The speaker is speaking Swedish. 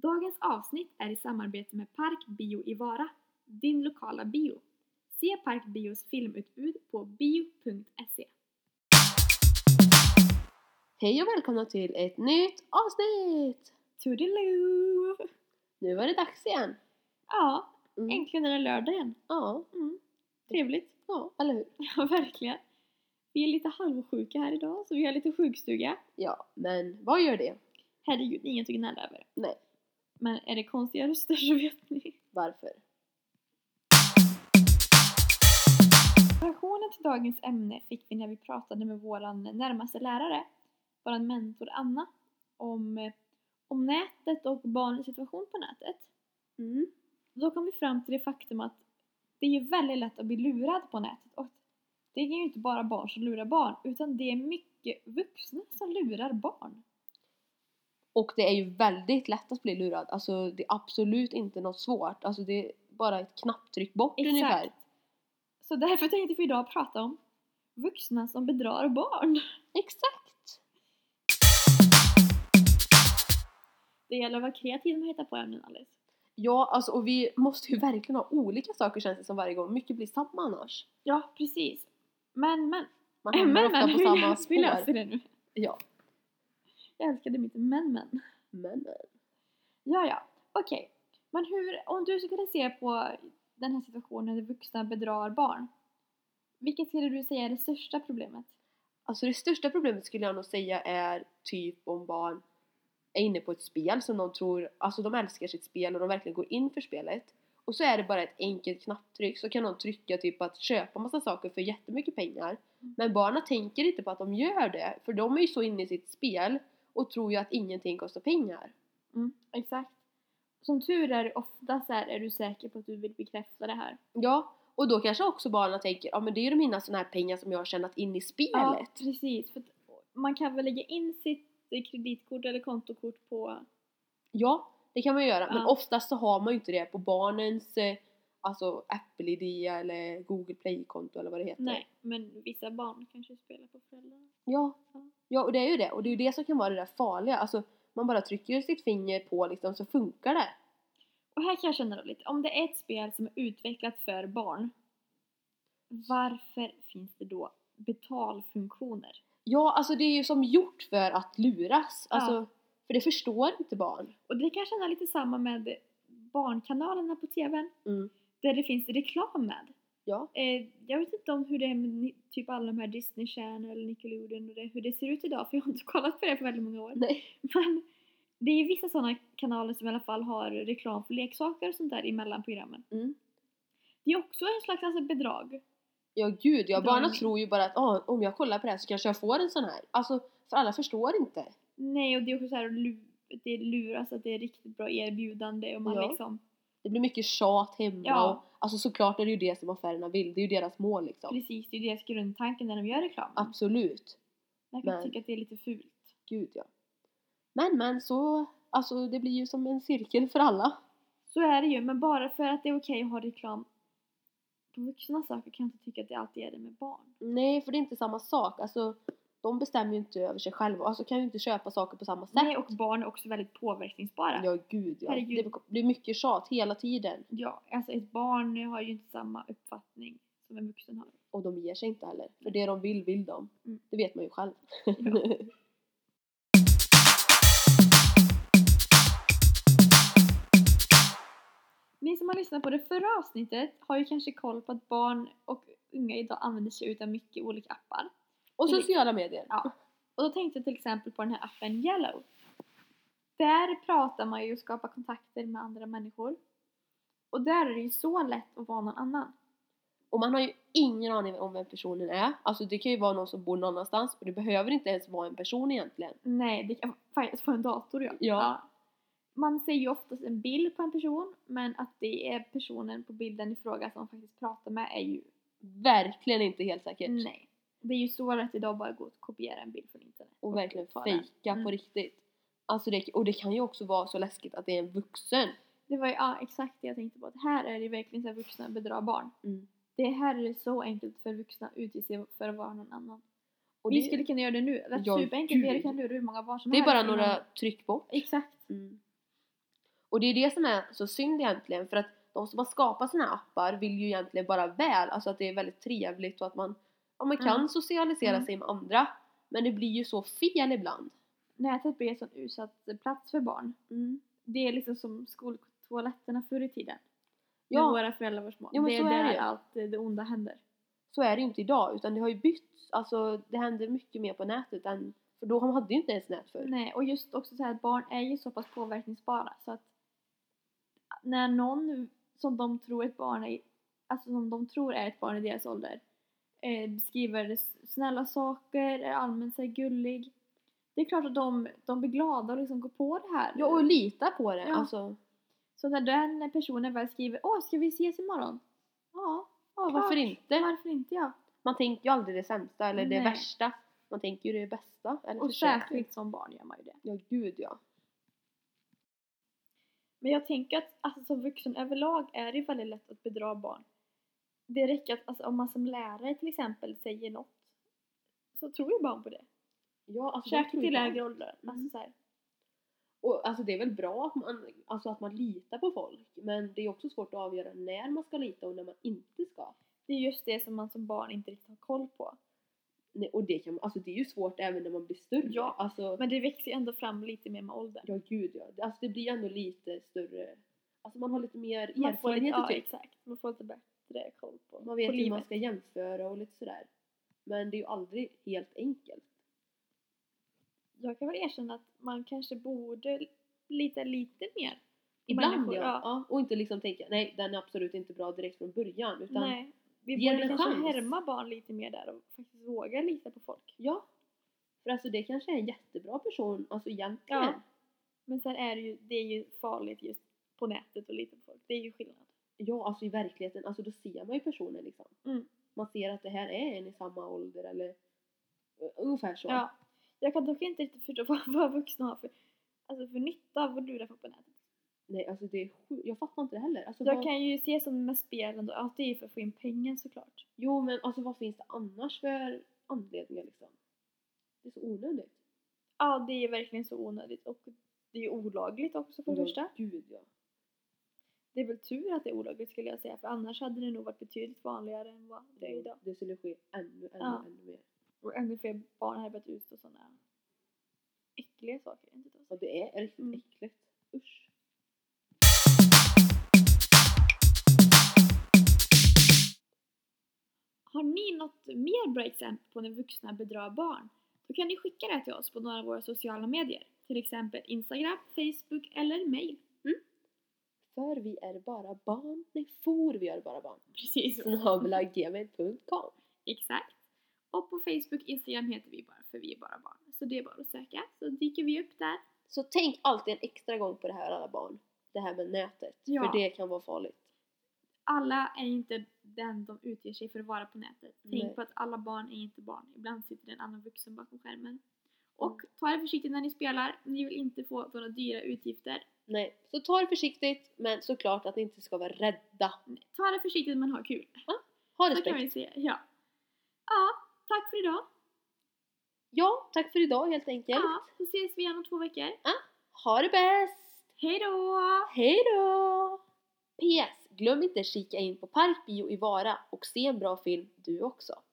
Dagens avsnitt är i samarbete med Park Bio i Vara, din lokala bio. Se Park Bios filmutbud på bio.se. Hej och välkomna till ett nytt avsnitt! Toodaloo! Nu var det dags igen. Ja, äntligen är det lördag igen. Ja. Trevligt. Ja, eller hur? Ja, verkligen. Vi är lite halvsjuka här idag, så vi har lite sjukstuga. Ja, men vad gör det? Herregud, ingenting att gnälla över. Nej. Men är det konstiga röster så vet ni. Varför? Inspirationen till dagens ämne fick vi när vi pratade med våran närmaste lärare, våran mentor Anna, om nätet och barnens situation på nätet. Då kom vi fram till det faktum att det är ju väldigt lätt att bli lurad på nätet. Och det är ju inte bara barn som lurar barn, utan det är mycket vuxna som lurar barn. Och det är ju väldigt lätt att bli lurad. Alltså det är absolut inte något svårt. Alltså det är bara ett knapptryck bort ungefär. Så därför tänkte vi idag prata om vuxna som bedrar barn. Exakt! Det gäller att vara kreativ med att hitta på ämnen, Alice. Ja, alltså och vi måste ju verkligen ha olika saker känns det som varje gång. Mycket blir samma annars. Ja, precis. Men. Man hamnar ofta på samma spår. Vi löser det nu. Ja. Jag älskade mitt men. Ja. Okej. Men om du skulle se på den här situationen där vuxna bedrar barn, vilket skulle du säga är det största problemet? Alltså det största problemet skulle jag nog säga är typ om barn är inne på ett spel som de tror, alltså de älskar sitt spel och de verkligen går in för spelet. Och så är det bara ett enkelt knapptryck, så kan de trycka typ att köpa massa saker för jättemycket pengar. Men barnen tänker inte på att de gör det, för de är ju så inne i sitt spel och tror ju att ingenting kostar pengar. Exakt. Som tur är ofta så här, är du säker på att du vill bekräfta det här? Ja, och då kanske också barnen tänker, ja men det är ju mina såna här pengar som jag har tjänat in i spelet. Ja, precis. För man kan väl lägga in sitt kreditkort eller kontokort på... Ja, det kan man göra. Ja. Men oftast så har man ju inte det på barnens alltså Apple-ID eller Google Play-konto eller vad det heter. Nej, men vissa barn kanske spelar på föräldrarna. Ja, och det är ju det. Och det är ju det som kan vara det där farliga. Alltså, man bara trycker sitt finger på liksom, så funkar det. Och här kan jag känna då lite, om det är ett spel som är utvecklat för barn, varför finns det då betalfunktioner? Ja, alltså det är ju som gjort för att luras. Alltså, för det förstår inte barn. Och det kan jag känna lite samma med barnkanalerna på tvn. Där det finns reklam med. Ja. Jag vet inte om hur det är med typ alla de här Disney Channel, Nickelodeon och hur det ser ut idag. För jag har inte kollat på det på väldigt många år. Nej. Men det är vissa sådana kanaler som i alla fall har reklam för leksaker och sånt där emellan programmen. Det är också en slags alltså, bedrag. Ja gud, barnen tror ju bara att om jag kollar på det här så kanske jag får en sån här. Alltså, för alla förstår inte. Nej, och det är också så här, det luras att det är riktigt bra erbjudande och man liksom... Det blir mycket tjat hemma. Ja. Och, alltså såklart är det ju det som affärerna vill. Det är ju deras mål liksom. Precis, det är ju deras grundtanke när de gör reklam. Absolut. Jag kan tycka att det är lite fult. Gud ja. Men så, alltså det blir ju som en cirkel för alla. Så är det ju, men bara för att det är okej att ha reklam på vuxna saker kan jag inte tycka att det alltid är det med barn. Nej, för det är inte samma sak. Alltså, de bestämmer ju inte över sig själva. Alltså kan ju inte köpa saker på samma sätt. Nej, och barn är också väldigt påverkningsbara. Ja, gud ja. Herregud. Det blir mycket tjat hela tiden. Ja, alltså ett barn har ju inte samma uppfattning som en vuxen har. Och de ger sig inte heller. För det de vill de. Det vet man ju själv. Ja. Ni som har lyssnat på det förra avsnittet har ju kanske koll på att barn och unga idag använder sig utav mycket olika appar. Och sociala medier. Ja. Och då tänkte jag till exempel på den här appen Yellow. Där pratar man ju och skapar kontakter med andra människor. Och där är det ju så lätt att vara någon annan. Och man har ju ingen aning om vem personen är. Alltså det kan ju vara någon som bor någon annanstans. Och det behöver inte ens vara en person egentligen. Nej, det kan faktiskt vara en dator. Ja. Man ser ju oftast en bild på en person. Men att det är personen på bilden i fråga som man faktiskt pratar med är ju verkligen inte helt säkert. Nej. Det är ju så lätt idag bara gå och kopiera en bild från internet. Och verkligen fejka på riktigt. Alltså och det kan ju också vara så läskigt att det är en vuxen. Det var ju exakt det jag tänkte på. Att här är det verkligen så här vuxna bedrar barn. Det här är så enkelt för vuxna att utge sig för att vara någon annan. Och vi skulle kunna göra det nu. Det är superenkelt. Vi kan lura hur många barn som helst. Det är bara några tryck bort. Exakt. Och det är det som är så synd egentligen, för att de som har skapat såna här appar vill ju egentligen bara väl, alltså att det är väldigt trevligt och att man kan socialisera sig med andra, men det blir ju så fel ibland. Nätet blir en sån utsatt plats för barn. Det är liksom som skoltoaletterna förr i tiden. När våra föräldrar var små. Jo, det är där allt det onda händer. Så är det ju inte idag, utan det har ju bytts. Alltså det händer mycket mer på nätet än, för då hade ju inte ens nät förr. Nej, och just också så här att barn är ju så pass påverkningsbara så att när någon som de tror ett barn är, alltså som de tror är ett barn i deras ålder, skriver snälla saker, är allmänt så gullig, det är klart att de blir glada och liksom går på det här. Ja, och litar på det. Ja. Alltså. Så när den personen väl skriver, ska vi ses imorgon? Ja, varför inte? Varför inte, ja. Man tänker ju aldrig det sämsta eller det Nej. värsta. Man tänker ju det bästa. Eller och särskilt som barn gör man ju det. Ja, gud ja. Men jag tänker att alltså, som vuxen överlag är det väldigt lätt att bedra barn. Det räcker att alltså, om man som lärare till exempel säger något, så tror ju barn på det. Ja, alltså särskilt i lägre åldrar. Alltså, så här. Och alltså det är väl bra att man litar på folk. Men det är också svårt att avgöra när man ska lita och när man inte ska. Det är just det som man som barn inte riktigt har koll på. Nej, och det är ju svårt även när man blir större. Ja, alltså, men det växer ju ändå fram lite mer med åldern. Ja, gud ja. Alltså det blir ändå lite större. Alltså man har lite mer Man får lite, erfarenhet. ja, exakt. Man får lite bättre koll på Man vet på hur livet. man ska jämföra och lite sådär. Men det är ju aldrig helt enkelt. Jag kan väl erkänna att man kanske borde lita lite mer. Ibland människor, ja. Och inte liksom tänka, nej den är absolut inte bra direkt från början. Utan nej, vi ge borde den en kanske chans. härma barn lite mer där och faktiskt våga lita på folk. Ja. För alltså det kanske är en jättebra person, alltså egentligen. Ja. Men sen är det är ju farligt just på nätet och lita på folk. Det är ju skillnad. Ja, alltså i verkligheten, alltså då ser man ju personen liksom. Man ser att det här är en i samma ålder eller ungefär så. Ja. Jag kan dock inte riktigt förstå vad vuxna har för nytta av vad du får på nätet. Nej, alltså det är jag fattar inte det heller. Alltså, jag kan ju se som med spelen då, att det är för att få in pengar såklart. Jo, men alltså vad finns det annars för anledningar liksom? Det är så onödigt. Ja, det är verkligen så onödigt och det är ju olagligt också för det första. Gud ja. Det är väl tur att det är olagligt skulle jag säga, för annars hade det nog varit betydligt vanligare än vad det är idag. Det skulle ske ännu mer. Och ännu fler barn hade börjat ut och sådana äckliga saker. Ja, det är riktigt äckligt. Usch. Har ni något mer bra exempel på när vuxna bedrar barn? Då kan ni skicka det till oss på några av våra sociala medier. Till exempel Instagram, Facebook eller mail. För vi är bara barn. Nej, for vi är bara barn. Precis. @gmail.com. Exakt. Och på Facebook, Instagram heter vi bara för vi är bara barn. Så det är bara att söka. Så dyker vi upp där. Så tänk alltid en extra gång på det här alla barn. Det här med nätet. Ja. För det kan vara farligt. Alla är inte den de utger sig för att vara på nätet. Tänk Nej. på att alla barn är inte barn. Ibland sitter en annan vuxen bakom skärmen. Och ta det försiktigt när ni spelar. Ni vill inte få några dyra utgifter. Nej, så ta det försiktigt. Men såklart att ni inte ska vara rädda. Ta det försiktigt men ha kul. Ja, ha Så respekt. kan vi se. Ja, tack för idag. Ja, tack för idag helt enkelt. Ja, så ses vi igen om 2 veckor. Ha det bäst! Hej då! Hej då! PS, glöm inte kika in på Parkbio i Vara och se en bra film du också.